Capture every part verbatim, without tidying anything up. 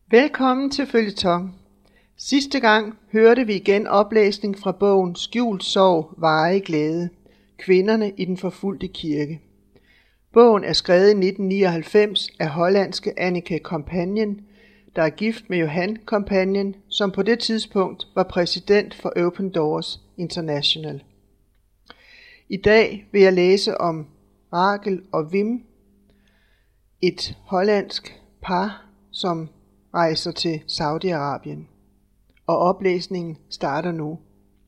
Velkommen til Føljeton. Sidste gang hørte vi igen oplæsning fra bogen Skjult sorg, varig glæde. Kvinderne i den forfulgte kirke. Bogen er skrevet i nitten nioghalvfems af hollandske Anneke Compagnon, der er gift med Johan Compagnon, som på det tidspunkt var præsident for Open Doors International. I dag vil jeg læse om Rachel og Wim, et hollandsk par, som rejser til Saudi-Arabien. Og oplæsningen starter nu.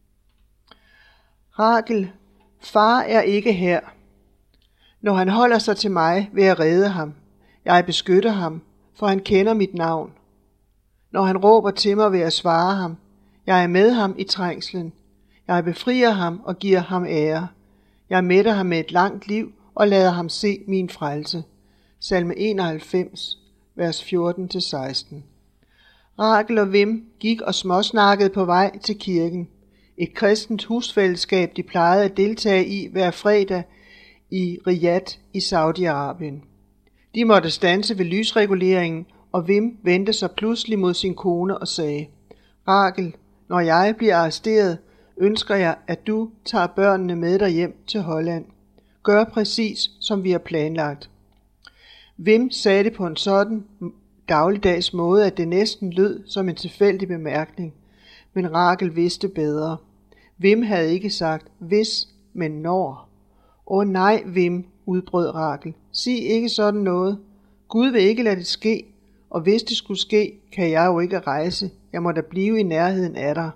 Rachel, far er ikke her. Når han holder sig til mig, vil jeg redde ham. Jeg beskytter ham, for han kender mit navn. Når han råber til mig, vil jeg svare ham. Jeg er med ham i trængslen. Jeg befrier ham og giver ham ære. Jeg mætter ham med et langt liv og lader ham se min frelse. Salme enoghalvfems, vers fjorten til seksten. Rachel og Wim gik og småsnakkede på vej til kirken. Et kristent husfællesskab, de plejede at deltage i hver fredag i Riyadh i Saudi-Arabien. De måtte standse ved lysreguleringen, og Wim vendte sig pludselig mod sin kone og sagde: Rachel, når jeg bliver arresteret, ønsker jeg, at du tager børnene med dig hjem til Holland. Gør præcis, som vi har planlagt. Wim sagde det på en sådan dagligdags måde, at det næsten lød som en tilfældig bemærkning. Men Rachel vidste bedre. Wim havde ikke sagt hvis, men når. Åh nej, Wim, udbrød Rachel. Sig ikke sådan noget. Gud vil ikke lade det ske, og hvis det skulle ske, kan jeg jo ikke rejse. Jeg må da blive i nærheden af dig.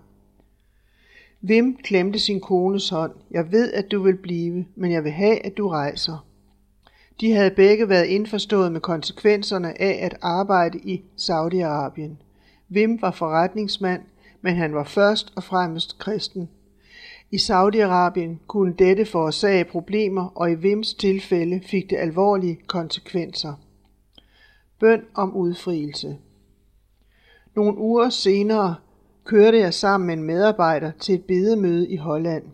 Wim klemte sin kones hånd. Jeg ved, at du vil blive, men jeg vil have, at du rejser. De havde begge været indforstået med konsekvenserne af at arbejde i Saudi-Arabien. Wim var forretningsmand, men han var først og fremmest kristen. I Saudi-Arabien kunne dette forårsage problemer, og i Wims tilfælde fik det alvorlige konsekvenser. Bøn om udfrielse. Nogle uger senere kørte jeg sammen med en medarbejder til et bedemøde i Holland.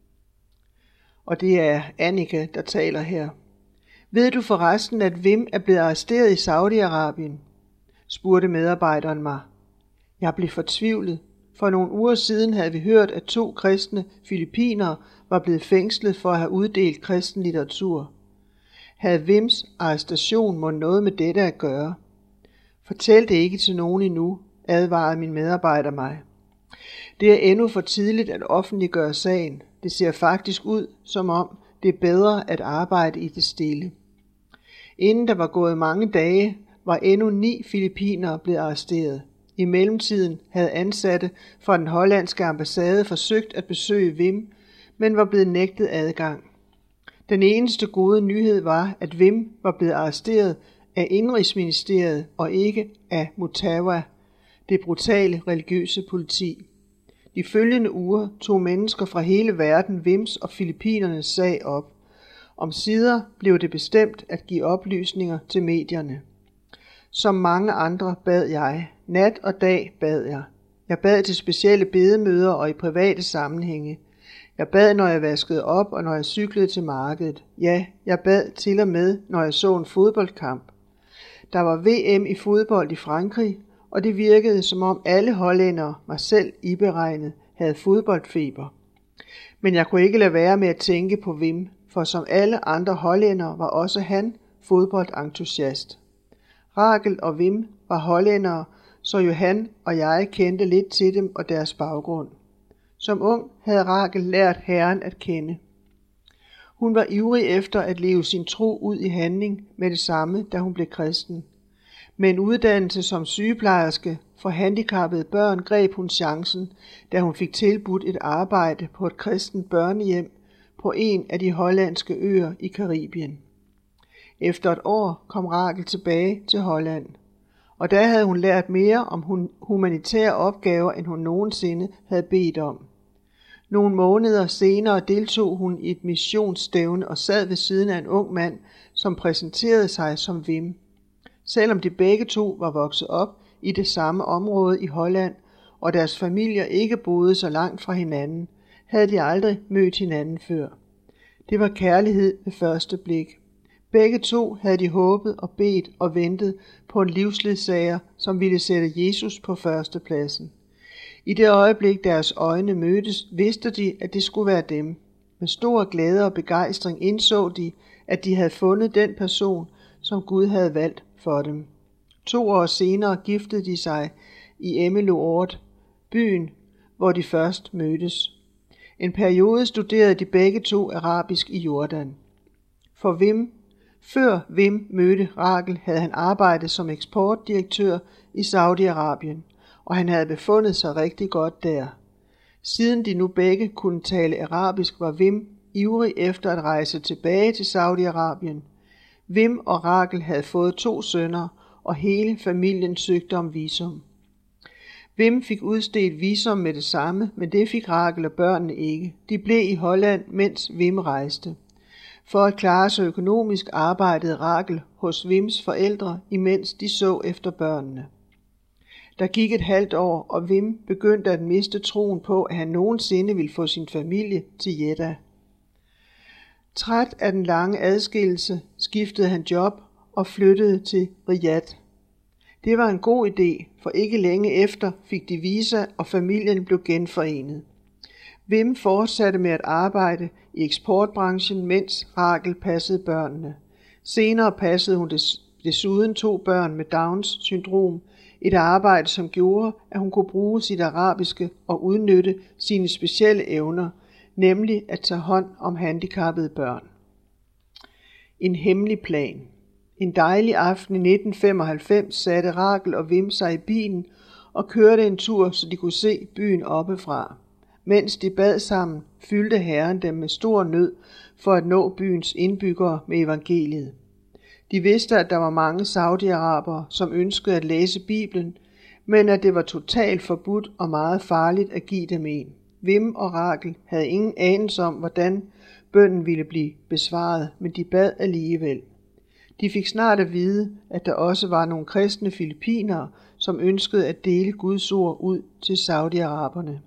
Og det er Anneke, der taler her. Ved du forresten, at Wim er blevet arresteret i Saudi-Arabien? Spurgte medarbejderen mig. Jeg blev fortvivlet. For nogle uger siden havde vi hørt, at to kristne filippinere var blevet fængslet for at have uddelt kristen litteratur. Havde Wims arrestation må noget med dette at gøre? Fortæl det ikke til nogen endnu, advarede min medarbejder mig. Det er endnu for tidligt at offentliggøre sagen. Det ser faktisk ud, som om det er bedre at arbejde i det stille. Inden der var gået mange dage, var endnu ni filippinere blevet arresteret. I mellemtiden havde ansatte fra den hollandske ambassade forsøgt at besøge Wim, men var blevet nægtet adgang. Den eneste gode nyhed var, at Wim var blevet arresteret af Indrigsministeriet og ikke af Mutawa, det brutale religiøse politi. De følgende uger tog mennesker fra hele verden Wims og Filippinernes sag op. Omsider blev det bestemt at give oplysninger til medierne. Som mange andre bad jeg. Nat og dag bad jeg. Jeg bad til specielle bedemøder og i private sammenhænge. Jeg bad, når jeg vaskede op og når jeg cyklede til markedet. Ja, jeg bad til og med, når jeg så en fodboldkamp. Der var V M i fodbold i Frankrig, og det virkede som om alle hollændere, mig selv iberegnet, havde fodboldfeber. Men jeg kunne ikke lade være med at tænke på Wim, for som alle andre hollændere var også han fodboldentusiast. Rachel og Wim var hollændere, så Johan og jeg kendte lidt til dem og deres baggrund. Som ung havde Rachel lært Herren at kende. Hun var ivrig efter at leve sin tro ud i handling med det samme, da hun blev kristen. Med en uddannelse som sygeplejerske for handicappede børn greb hun chancen, da hun fik tilbudt et arbejde på et kristent børnehjem på en af de hollandske øer i Karibien. Efter et år kom Rachel tilbage til Holland, og der havde hun lært mere om humanitære opgaver, end hun nogensinde havde bedt om. Nogle måneder senere deltog hun i et missionsstævne og sad ved siden af en ung mand, som præsenterede sig som Wim. Selvom de begge to var vokset op i det samme område i Holland, og deres familier ikke boede så langt fra hinanden, havde de aldrig mødt hinanden før. Det var kærlighed ved første blik. Begge to havde de håbet og bedt og ventet på en livsledsager, som ville sætte Jesus på førstepladsen. I det øjeblik deres øjne mødtes, vidste de, at det skulle være dem. Med stor glæde og begejstring indså de, at de havde fundet den person, som Gud havde valgt for dem. To år senere giftede de sig i Emmeloord, byen, hvor de først mødtes. En periode studerede de begge to arabisk i Jordan. For Wim, før Wim mødte Rachel, havde han arbejdet som eksportdirektør i Saudi-Arabien, og han havde befundet sig rigtig godt der. Siden de nu begge kunne tale arabisk, var Wim ivrig efter at rejse tilbage til Saudi-Arabien. Wim og Rachel havde fået to sønner, og hele familien søgte om visum. Wim fik udstedt visum med det samme, men det fik Rachel og børnene ikke. De blev i Holland, mens Wim rejste. For at klare sig økonomisk arbejdede Rachel hos Wims forældre, imens de så efter børnene. Der gik et halvt år, og Wim begyndte at miste troen på, at han nogensinde ville få sin familie til Jeddah. Træt af den lange adskillelse skiftede han job og flyttede til Riyadh. Det var en god idé, for ikke længe efter fik de visa, og familien blev genforenet. Wim fortsatte med at arbejde i eksportbranchen, mens Rachel passede børnene. Senere passede hun desuden to børn med Downs syndrom, et arbejde, som gjorde, at hun kunne bruge sit arabiske og udnytte sine specielle evner, nemlig at tage hånd om handicappede børn. En hemmelig plan. En dejlig aften i nitten femoghalvfems satte Rachel og Wim sig i bilen og kørte en tur, så de kunne se byen oppefra. Mens de bad sammen, fyldte Herren dem med stor nød for at nå byens indbyggere med evangeliet. De vidste, at der var mange saudiarabere, som ønskede at læse Bibelen, men at det var totalt forbudt og meget farligt at give dem en. Wim og Rachel havde ingen anelse om, hvordan bønnen ville blive besvaret, men de bad alligevel. De fik snart at vide, at der også var nogle kristne filippinere, som ønskede at dele Guds ord ud til saudiaraberne.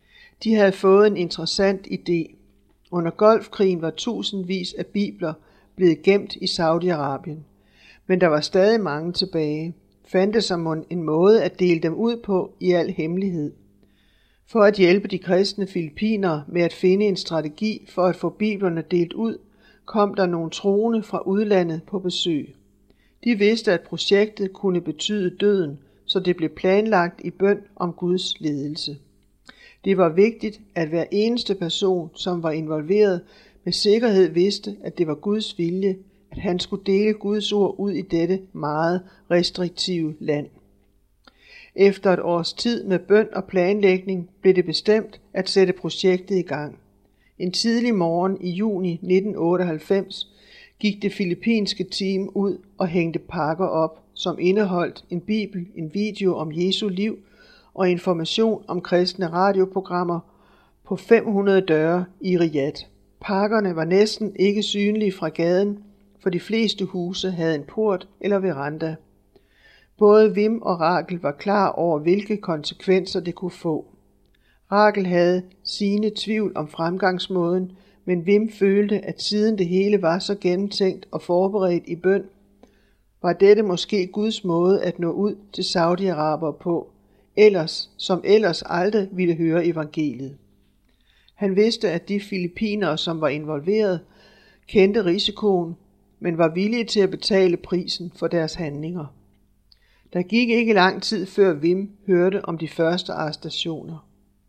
De havde fået en interessant idé. Under Golfkrigen var tusindvis af bibler blevet gemt i Saudi-Arabien, men der var stadig mange tilbage. Fandtes der en måde at dele dem ud på i al hemmelighed. For at hjælpe de kristne filippinere med at finde en strategi for at få biblerne delt ud, kom der nogle troende fra udlandet på besøg. De vidste, at projektet kunne betyde døden, så det blev planlagt i bøn om Guds ledelse. Det var vigtigt, at hver eneste person, som var involveret, med sikkerhed vidste, at det var Guds vilje, at han skulle dele Guds ord ud i dette meget restriktive land. Efter et års tid med bøn og planlægning blev det bestemt at sætte projektet i gang. En tidlig morgen i juni nitten otteoghalvfems gik det filippinske team ud og hængte pakker op, som indeholdt en bibel, en video om Jesu liv og information om kristne radioprogrammer på fem hundrede døre i Riyadh. Pakkerne var næsten ikke synlige fra gaden, for de fleste huse havde en port eller veranda. Både Wim og Rachel var klar over, hvilke konsekvenser det kunne få. Rachel havde sine tvivl om fremgangsmåden, men Wim følte, at siden det hele var så gennemtænkt og forberedt i bøn, var dette måske Guds måde at nå ud til saudiarabere på, ellers, som ellers aldrig ville høre evangeliet. Han vidste, at de filippinere, som var involveret, kendte risikoen, men var villige til at betale prisen for deres handlinger. Der gik ikke lang tid før Wim hørte om de første arrestationer.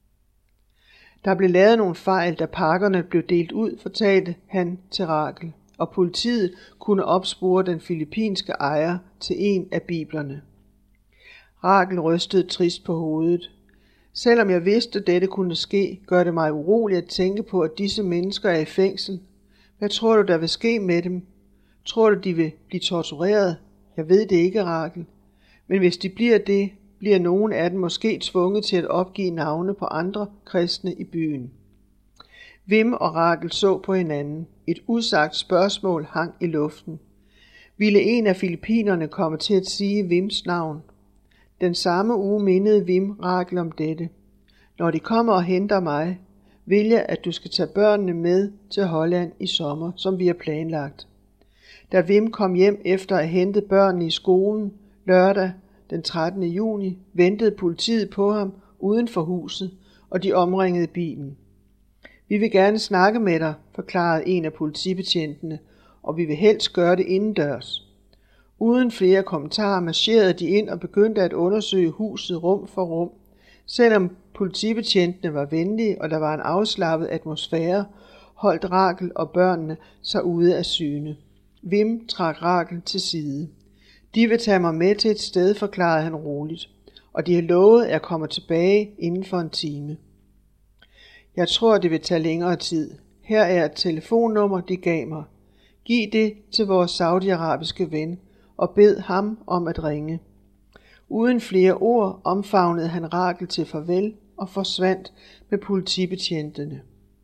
Der blev lavet nogle fejl, da pakkerne blev delt ud, fortalte han til Rachel, og politiet kunne opspore den filippinske ejer til en af biblerne. Rachel rystede trist på hovedet. Selvom jeg vidste, at dette kunne ske, gør det mig urolig at tænke på, at disse mennesker er i fængsel. Hvad tror du, der vil ske med dem? Tror du, de vil blive tortureret? Jeg ved det ikke, Rachel. Men hvis de bliver det, bliver nogen af dem måske tvunget til at opgive navne på andre kristne i byen. Wim og Rachel så på hinanden. Et usagt spørgsmål hang i luften. Ville en af filippinerne komme til at sige Wims navn? Den samme uge mindede Wim Rachel om dette. Når de kommer og henter mig, vil jeg, at du skal tage børnene med til Holland i sommer, som vi har planlagt. Da Wim kom hjem efter at have hentet børnene i skolen lørdag den trettende juni, ventede politiet på ham uden for huset, og de omringede bilen. Vi vil gerne snakke med dig, forklarede en af politibetjentene, og vi vil helst gøre det indendørs. Uden flere kommentarer marcherede de ind og begyndte at undersøge huset rum for rum. Selvom politibetjentene var venlige, og der var en afslappet atmosfære, holdt Rachel og børnene sig ude af syne. Wim trak Rachel til side. De vil tage mig med til et sted, forklarede han roligt, og de har lovet, at jeg kommer tilbage inden for en time. Jeg tror, det vil tage længere tid. Her er et telefonnummer, de gav mig. Giv det til vores saudiarabiske ven og bed ham om at ringe. Uden flere ord omfavnede han Rachel til farvel og forsvandt med politibetjentene.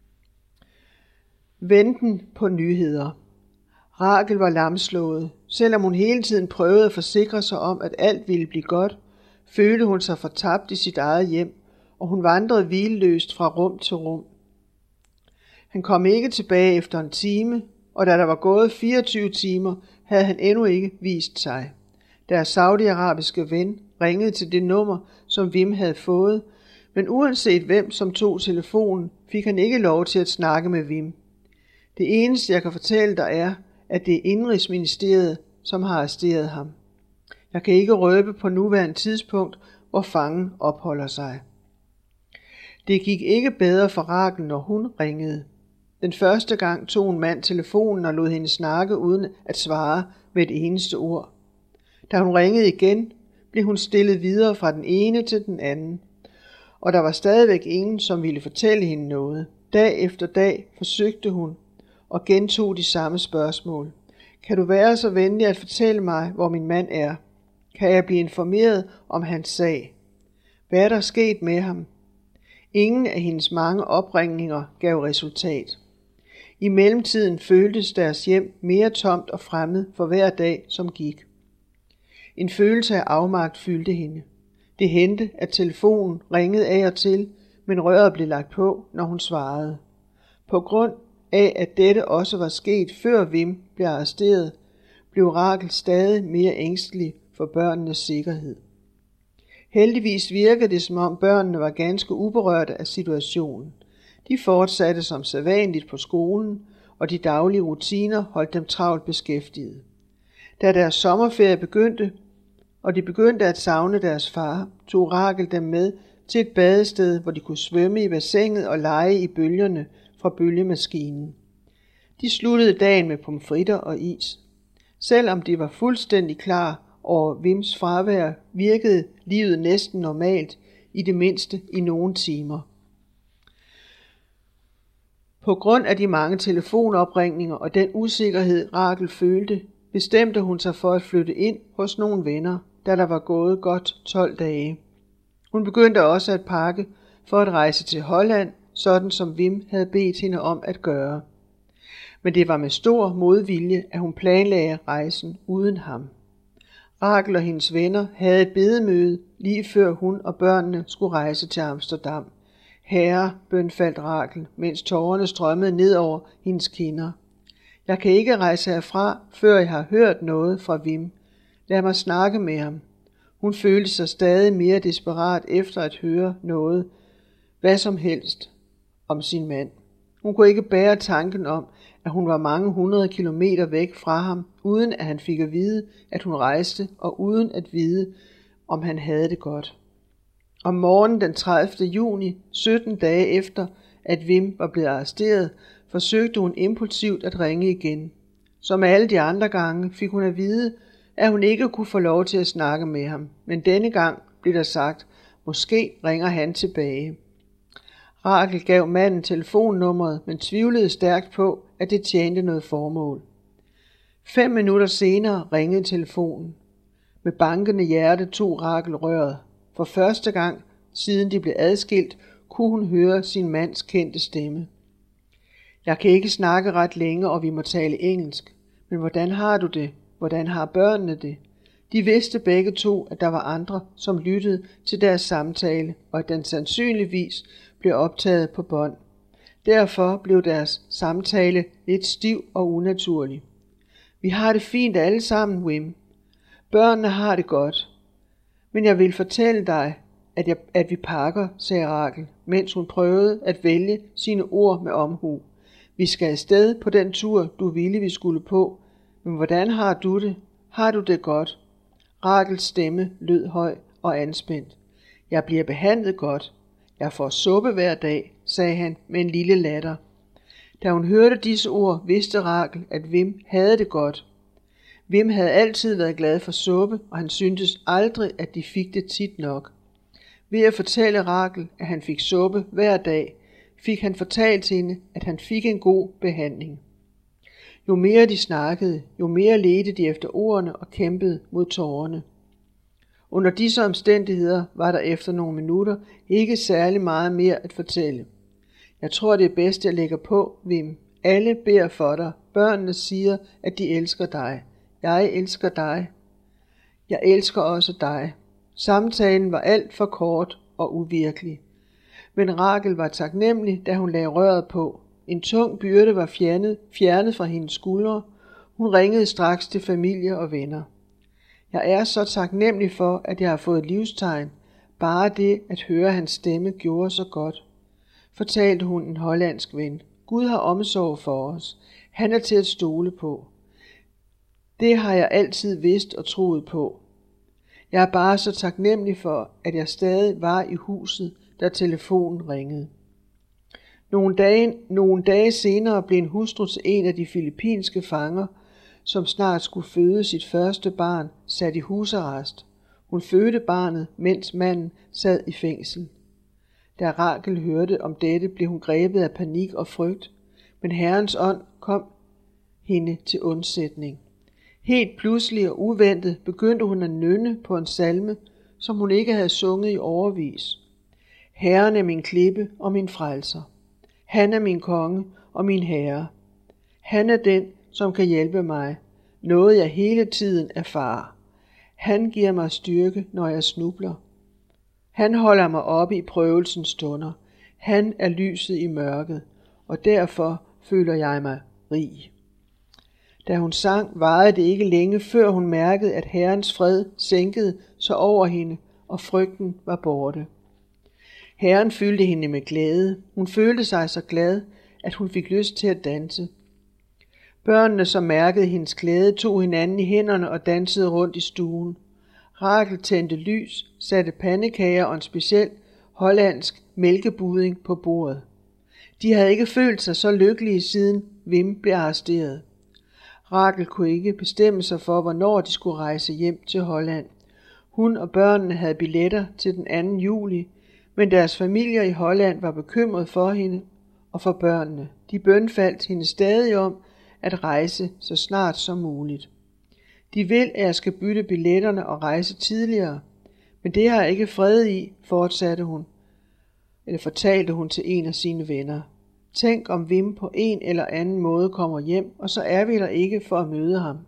Venten på nyheder. Rachel var lamslået. Selvom hun hele tiden prøvede at forsikre sig om, at alt ville blive godt, følte hun sig fortabt i sit eget hjem, og hun vandrede hvileløst fra rum til rum. Han kom ikke tilbage efter en time, og da der var gået fireogtyve timer, havde han endnu ikke vist sig. Deres saudiarabiske ven ringede til det nummer, som Wim havde fået, men uanset hvem som tog telefonen, fik han ikke lov til at snakke med Wim. Det eneste, jeg kan fortælle dig, er, at det er Indenrigsministeriet, som har arresteret ham. Jeg kan ikke røbe på nuværende tidspunkt, hvor fangen opholder sig. Det gik ikke bedre for Rachel, når hun ringede. Den første gang tog en mand telefonen og lod hende snakke uden at svare med et eneste ord. Da hun ringede igen, blev hun stillet videre fra den ene til den anden, og der var stadigvæk ingen, som ville fortælle hende noget. Dag efter dag forsøgte hun og gentog de samme spørgsmål. Kan du være så venlig at fortælle mig, hvor min mand er? Kan jeg blive informeret om hans sag? Hvad er der sket med ham? Ingen af hendes mange opringninger gav resultat. I mellemtiden føltes deres hjem mere tomt og fremmed for hver dag, som gik. En følelse af afmagt fyldte hende. Det hændte, at telefonen ringede af og til, men røret blev lagt på, når hun svarede. På grund af, at dette også var sket før Wim blev arresteret, blev Rachel stadig mere ængstelig for børnenes sikkerhed. Heldigvis virkede det, som om børnene var ganske uberørte af situationen. De fortsatte som sædvanligt på skolen, og de daglige rutiner holdt dem travlt beskæftiget. Da deres sommerferie begyndte, og de begyndte at savne deres far, tog Rachel dem med til et badested, hvor de kunne svømme i bassinet og lege i bølgerne fra bølgemaskinen. De sluttede dagen med pomfritter og is. Selvom de var fuldstændig klar over Wims fravær, virkede livet næsten normalt, i det mindste i nogle timer. På grund af de mange telefonopringninger og den usikkerhed, Rachel følte, bestemte hun sig for at flytte ind hos nogle venner, da der var gået godt tolv dage. Hun begyndte også at pakke for at rejse til Holland, sådan som Wim havde bedt hende om at gøre. Men det var med stor modvilje, at hun planlagde rejsen uden ham. Rachel og hendes venner havde et bedemøde, lige før hun og børnene skulle rejse til Amsterdam. Herre, bønfaldt Rachel, mens tårerne strømmede ned over hendes kinder. Jeg kan ikke rejse herfra, før jeg har hørt noget fra Wim. Lad mig snakke med ham. Hun følte sig stadig mere desperat efter at høre noget, hvad som helst, om sin mand. Hun kunne ikke bære tanken om, at hun var mange hundrede kilometer væk fra ham, uden at han fik at vide, at hun rejste, og uden at vide, om han havde det godt. Om morgenen den tredivte juni, sytten dage efter, at Wim var blevet arresteret, forsøgte hun impulsivt at ringe igen. Som alle de andre gange fik hun at vide, at hun ikke kunne få lov til at snakke med ham, men denne gang blev der sagt, måske ringer han tilbage. Rachel gav manden telefonnummeret, men tvivlede stærkt på, at det tjente noget formål. Fem minutter senere ringede telefonen. Med bankende hjerte tog Rachel røret. For første gang, siden de blev adskilt, kunne hun høre sin mands kendte stemme. Jeg kan ikke snakke ret længe, og vi må tale engelsk. Men hvordan har du det? Hvordan har børnene det? De vidste begge to, at der var andre, som lyttede til deres samtale, og at den sandsynligvis blev optaget på bånd. Derfor blev deres samtale lidt stiv og unaturlig. Vi har det fint alle sammen, Wim. Børnene har det godt. Men jeg vil fortælle dig, at, jeg, at vi pakker, sagde Rachel, mens hun prøvede at vælge sine ord med omhu. Vi skal afsted på den tur, du ville, vi skulle på. Men hvordan har du det? Har du det godt? Rachels stemme lød høj og anspændt. Jeg bliver behandlet godt. Jeg får suppe hver dag, sagde han med en lille latter. Da hun hørte disse ord, vidste Rachel, at Wim havde det godt. Wim havde altid været glad for suppe, og han syntes aldrig, at de fik det tit nok. Ved at fortælle Rachel, at han fik suppe hver dag, fik han fortalt hende, at han fik en god behandling. Jo mere de snakkede, jo mere ledte de efter ordene og kæmpede mod tårerne. Under disse omstændigheder var der efter nogle minutter ikke særlig meget mere at fortælle. Jeg tror, det er bedst, jeg lægger på, Wim. Alle beder for dig. Børnene siger, at de elsker dig. Jeg elsker dig. Jeg elsker også dig. Samtalen var alt for kort og uvirkelig. Men Rachel var taknemmelig, da hun lagde røret på. En tung byrde var fjernet, fjernet fra hendes skuldre. Hun ringede straks til familie og venner. Jeg er så taknemmelig for, at jeg har fået livstegn. Bare det at høre hans stemme gjorde så godt, fortalte hun en hollandsk ven. Gud har omsorg for os. Han er til at stole på. Det har jeg altid vidst og troet på. Jeg er bare så taknemmelig for, at jeg stadig var i huset, da telefonen ringede. Nogle dage, nogle dage senere blev en hustru til en af de filippinske fanger, som snart skulle føde sit første barn, sat i husarrest. Hun fødte barnet, mens manden sad i fængsel. Da Rachel hørte om dette, blev hun grebet af panik og frygt, men Herrens ånd kom hende til undsætning. Helt pludselig og uventet begyndte hun at nynne på en salme, som hun ikke havde sunget i årevis. Herren er min klippe og min frelser. Han er min konge og min herre. Han er den, som kan hjælpe mig, noget jeg hele tiden erfarer. Han giver mig styrke, når jeg snubler. Han holder mig oppe i prøvelsens stunder. Han er lyset i mørket, og derfor føler jeg mig rig. Da hun sang, varede det ikke længe, før hun mærkede, at Herrens fred sænkede sig over hende, og frygten var borte. Herren fyldte hende med glæde. Hun følte sig så glad, at hun fik lyst til at danse. Børnene, som mærkede hendes glæde, tog hinanden i hænderne og dansede rundt i stuen. Rachel tændte lys, satte pandekager og en speciel hollandsk mælkebudding på bordet. De havde ikke følt sig så lykkelige, siden Wim blev arresteret. Rachel kunne ikke bestemme sig for, hvornår de skulle rejse hjem til Holland. Hun og børnene havde billetter til den anden juli, men deres familier i Holland var bekymret for hende og for børnene. De bønfaldt hende stadig om at rejse så snart som muligt. De vil, at jeg skal bytte billetterne og rejse tidligere, men det har jeg ikke fred i, fortsatte hun, eller fortalte hun til en af sine venner. Tænk om Wim på en eller anden måde kommer hjem, og så er vi der ikke for at møde ham.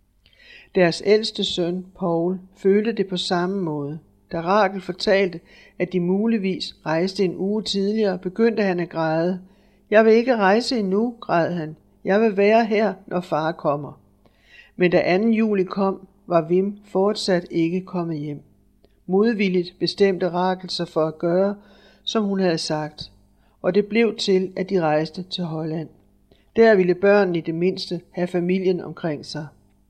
Deres ældste søn, Paul, følte det på samme måde. Da Rachel fortalte, at de muligvis rejste en uge tidligere, begyndte han at græde. Jeg vil ikke rejse endnu, græd han. Jeg vil være her, når far kommer. Men da anden juli kom, var Wim fortsat ikke kommet hjem. Modvilligt bestemte Rachel sig for at gøre, som hun havde sagt, og det blev til, at de rejste til Holland. Der ville børnene i det mindste have familien omkring sig.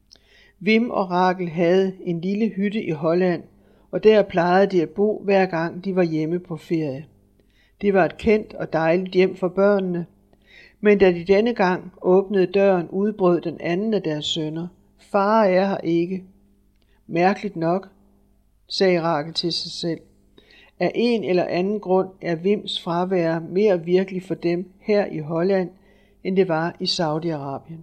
Wim og Rachel havde en lille hytte i Holland, og der plejede de at bo, hver gang de var hjemme på ferie. Det var et kendt og dejligt hjem for børnene, men da de denne gang åbnede døren, udbrød den anden af deres sønner. Far er her ikke. Mærkeligt nok, sagde Rachel til sig selv. Af en eller anden grund er Wims fravær mere virkelig for dem her i Holland, end det var i Saudi-Arabien.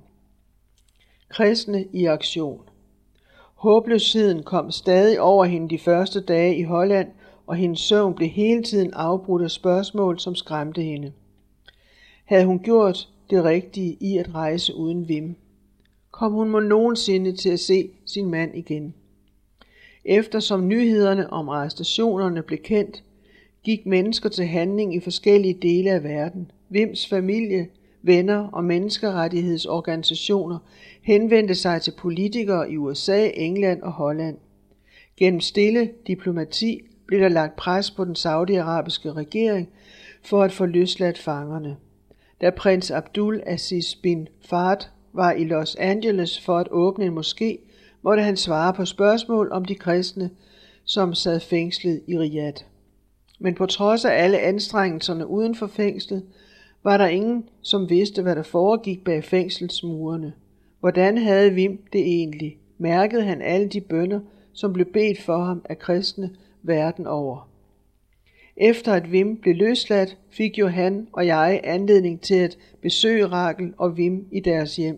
Kristne i aktion. Håbløsheden kom stadig over hende de første dage i Holland, og hendes søvn blev hele tiden afbrudt af spørgsmål, som skræmte hende. Havde hun gjort det rigtige i at rejse uden Wim? Kom hun må nogensinde til at se sin mand igen? Eftersom nyhederne om arrestationerne blev kendt, gik mennesker til handling i forskellige dele af verden. Wims familie venner og menneskerettighedsorganisationer henvendte sig til politikere i U S A, England og Holland. Gennem stille diplomati blev der lagt pres på den saudiarabiske regering for at få løsladt fangerne. Da prins Abdul Aziz bin Fahd var i Los Angeles for at åbne en moské, måtte han svare på spørgsmål om de kristne, som sad fængslet i Riyadh. Men på trods af alle anstrengelserne uden for fængslet, var der ingen, som vidste, hvad der foregik bag fængselsmurene. Hvordan havde Wim det egentlig? Mærkede han alle de bønner, som blev bedt for ham af kristne verden over? Efter at Wim blev løsladt, fik Johan og jeg anledning til at besøge Rachel og Wim i deres hjem.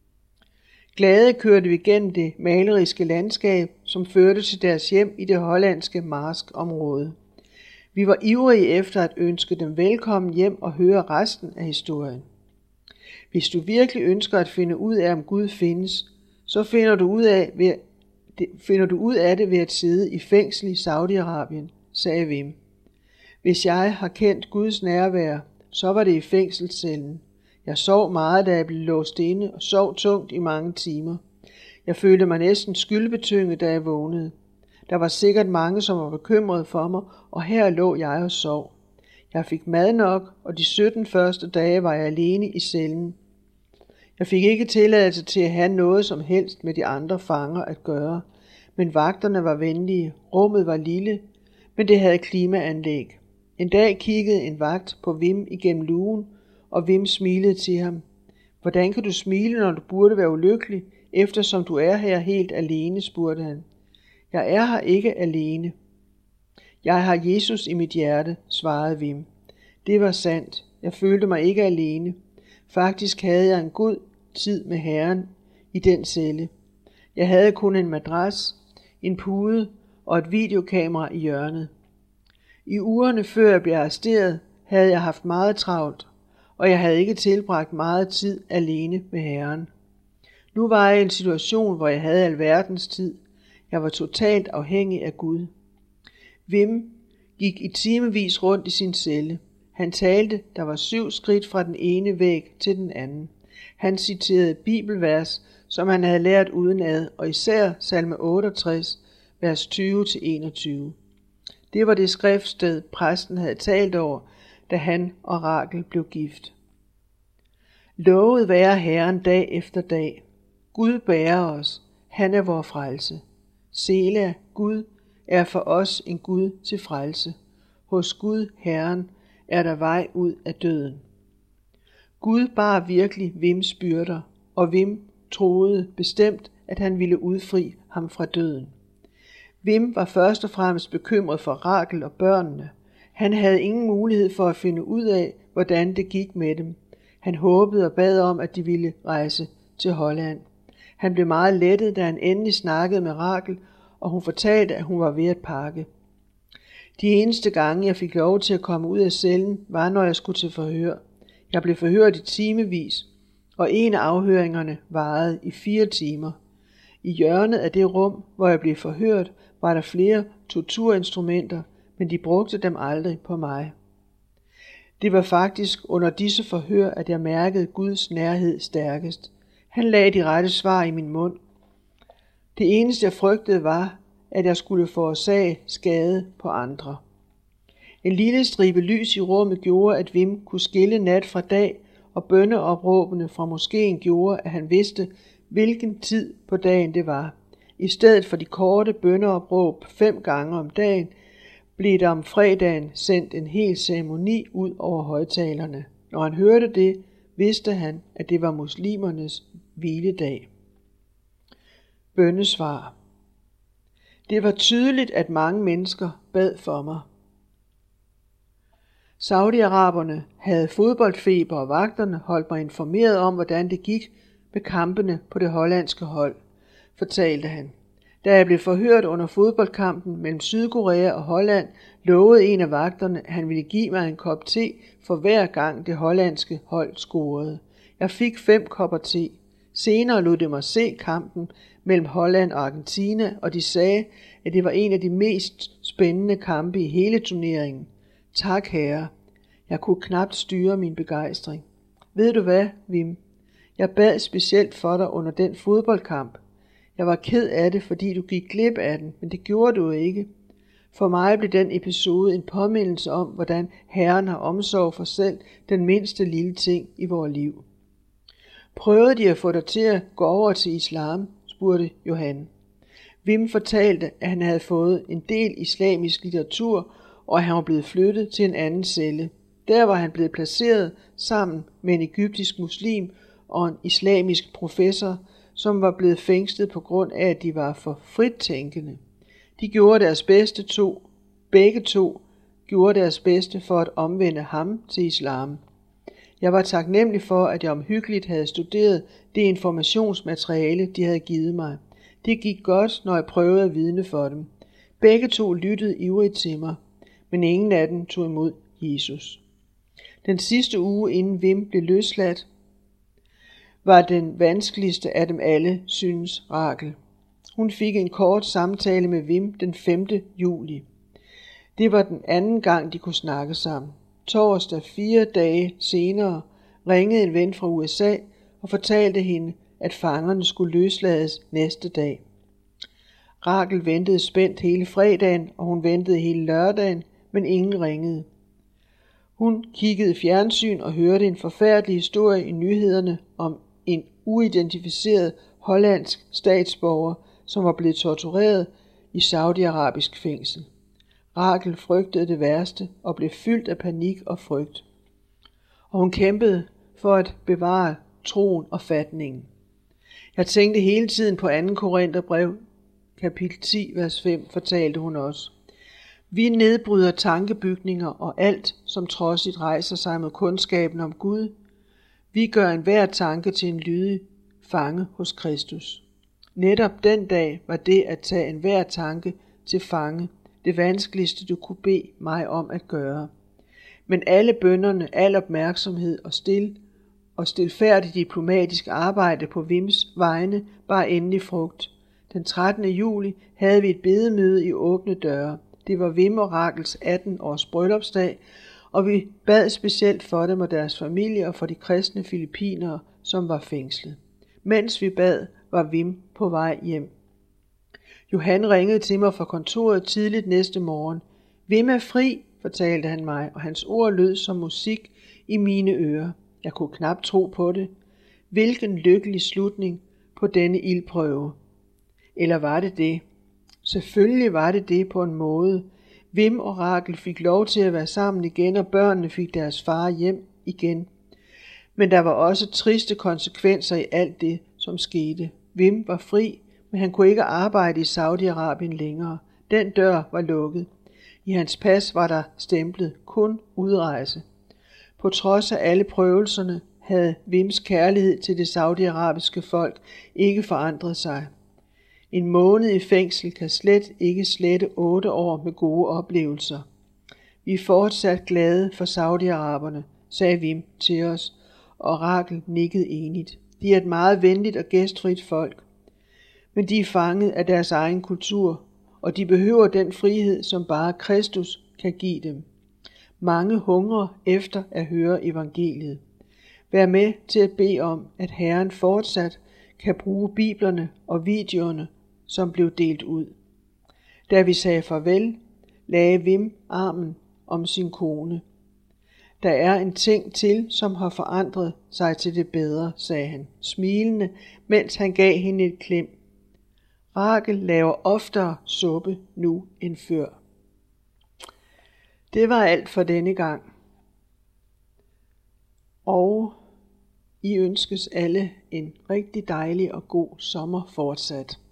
Glade kørte vi gennem det maleriske landskab, som førte til deres hjem i det hollandske Marsk-område. Vi var ivrige efter at ønske dem velkommen hjem og høre resten af historien. Hvis du virkelig ønsker at finde ud af, om Gud findes, så finder du ud af, ved, finder du ud af det ved at sidde i fængsel i Saudi-Arabien, sagde Wim. Hvis jeg har kendt Guds nærvær, så var det i fængselscellen. Jeg sov meget, da jeg blev låst inde, og sov tungt i mange timer. Jeg følte mig næsten skyldbetynget, da jeg vågnede. Der var sikkert mange, som var bekymrede for mig, og her lå jeg og sov. Jeg fik mad nok, og de sytten første dage var jeg alene i cellen. Jeg fik ikke tilladelse til at have noget som helst med de andre fanger at gøre, men vagterne var venlige, rummet var lille, men det havde klimaanlæg. En dag kiggede en vagt på Wim igennem lugen, og Wim smilede til ham. Hvordan kan du smile, når du burde være ulykkelig, eftersom du er her helt alene, spurgte han. Jeg er her ikke alene. Jeg har Jesus i mit hjerte, svarede Wim. Det var sandt. Jeg følte mig ikke alene. Faktisk havde jeg en god tid med Herren i den celle. Jeg havde kun en madras, en pude og et videokamera i hjørnet. I ugerne før jeg blev arresteret, havde jeg haft meget travlt, og jeg havde ikke tilbragt meget tid alene med Herren. Nu var jeg i en situation, hvor jeg havde alverdens tid. Jeg var totalt afhængig af Gud. Wim gik i timevis rundt i sin celle. Han talte, der var syv skridt fra den ene væg til den anden. Han citerede bibelvers, som han havde lært udenad, og især salme otteogtres, vers tyve til enogtyve. Det var det skriftsted, præsten havde talt over, da han og Rachel blev gift. Lovet være Herren dag efter dag. Gud bærer os. Han er vor frelse. Sela, Gud, er for os en Gud til frelse. Hos Gud, Herren, er der vej ud af døden. Gud bar virkelig Wims byrder, og Wim troede bestemt, at han ville udfri ham fra døden. Wim var først og fremmest bekymret for Rachel og børnene. Han havde ingen mulighed for at finde ud af, hvordan det gik med dem. Han håbede og bad om, at de ville rejse til Holland. Han blev meget lettet, da han endelig snakkede med Rachel, og hun fortalte, at hun var ved at pakke. De eneste gange, jeg fik lov til at komme ud af cellen, var, når jeg skulle til forhør. Jeg blev forhørt i timevis, og en af afhøringerne varede i fire timer. I hjørnet af det rum, hvor jeg blev forhørt, var der flere torturinstrumenter, men de brugte dem aldrig på mig. Det var faktisk under disse forhør, at jeg mærkede Guds nærhed stærkest. Han lagde de rette svar i min mund. Det eneste, jeg frygtede, var, at jeg skulle forårsage skade på andre. En lille stribe lys i rummet gjorde, at Wim kunne skille nat fra dag, og bønneopråbene fra moskeen gjorde, at han vidste, hvilken tid på dagen det var. I stedet for de korte bønneopråb fem gange om dagen, blev der om fredagen sendt en hel ceremoni ud over højtalerne. Når han hørte det, vidste han, at det var muslimernes hviledag. Bønnesvar. Det var tydeligt, at mange mennesker bad for mig. Saudi-araberne havde fodboldfeber, og vagterne holdt mig informeret om, hvordan det gik med kampene på det hollandske hold, fortalte han. Da jeg blev forhørt under fodboldkampen mellem Sydkorea og Holland, lovede en af vagterne, at han ville give mig en kop te for hver gang det hollandske hold scorede. Jeg fik fem kopper te. Senere lod det mig se kampen mellem Holland og Argentina, og de sagde, at det var en af de mest spændende kampe i hele turneringen. Tak, herre. Jeg kunne knapt styre min begejstring. Ved du hvad, Wim? Jeg bad specielt for dig under den fodboldkamp. Jeg var ked af det, fordi du gik glip af den, men det gjorde du ikke. For mig blev den episode en påmindelse om, hvordan Herren har omsorg for selv den mindste lille ting i vores liv. Prøvede de at få dig til at gå over til islam, spurgte Johan. Wim fortalte, at han havde fået en del islamisk litteratur, og at han var blevet flyttet til en anden celle. Der var han blevet placeret sammen med en egyptisk muslim og en islamisk professor, som var blevet fængslet på grund af, at de var for frittænkende. De gjorde deres bedste to, begge to gjorde deres bedste for at omvende ham til islam. Jeg var taknemmelig for, at jeg omhyggeligt havde studeret det informationsmateriale, de havde givet mig. Det gik godt, når jeg prøvede at vidne for dem. Begge to lyttede ivrigt til mig, men ingen af dem tog imod Jesus. Den sidste uge inden Wim blev løsladt, var den vanskeligste af dem alle, synes Rachel. Hun fik en kort samtale med Wim den femte juli. Det var den anden gang, de kunne snakke sammen. Torsdag fire dage senere ringede en ven fra U S A og fortalte hende, at fangerne skulle løslades næste dag. Rachel ventede spændt hele fredagen, og hun ventede hele lørdagen, men ingen ringede. Hun kiggede fjernsyn og hørte en forfærdelig historie i nyhederne om en uidentificeret hollandsk statsborger, som var blevet tortureret i saudi-arabisk fængsel. Rachel frygtede det værste og blev fyldt af panik og frygt. Og hun kæmpede for at bevare troen og fatningen. Jeg tænkte hele tiden på anden Korintherbrev, kapitel ti, vers fem, fortalte hun også. Vi nedbryder tankebygninger og alt, som trodsigt rejser sig mod kundskaben om Gud. Vi gør enhver tanke til en lydig fange hos Kristus. Netop den dag var det at tage enhver tanke til fange det vanskeligste, du kunne bede mig om at gøre. Men alle bønnerne, al opmærksomhed og stil og stilfærdig diplomatisk arbejde på Wims vegne bar endelig frugt. Den trettende juli havde vi et bedemøde i åbne døre. Det var Wim og Rachels atten års bryllupsdag, og vi bad specielt for dem og deres familie og for de kristne filippinere, som var fængslet. Mens vi bad, var Wim på vej hjem. Johan ringede til mig fra kontoret tidligt næste morgen. Wim er fri, fortalte han mig, og hans ord lød som musik i mine ører. Jeg kunne knap tro på det. Hvilken lykkelig slutning på denne ildprøve. Eller var det det? Selvfølgelig var det det på en måde. Wim og Rachel fik lov til at være sammen igen, og børnene fik deres far hjem igen. Men der var også triste konsekvenser i alt det, som skete. Wim var fri, men han kunne ikke arbejde i Saudi-Arabien længere. Den dør var lukket. I hans pas var der stemplet kun udrejse. På trods af alle prøvelserne havde Wims kærlighed til det saudiarabiske folk ikke forandret sig. En måned i fængsel kan slet ikke slette otte år med gode oplevelser. Vi er fortsat glade for saudiaraberne, sagde Wim til os, og Rachel nikkede enigt. De er et meget venligt og gæstfrit folk. Men de er fanget af deres egen kultur, og de behøver den frihed, som bare Kristus kan give dem. Mange hungrer efter at høre evangeliet. Vær med til at bede om, at Herren fortsat kan bruge biblerne og videoerne, som blev delt ud. Da vi sagde farvel, lagde Wim armen om sin kone. Der er en ting til, som har forandret sig til det bedre, sagde han, smilende, mens han gav hende et klem. Rachel laver oftere suppe nu end før. Det var alt for denne gang. Og I ønskes alle en rigtig dejlig og god sommer fortsat.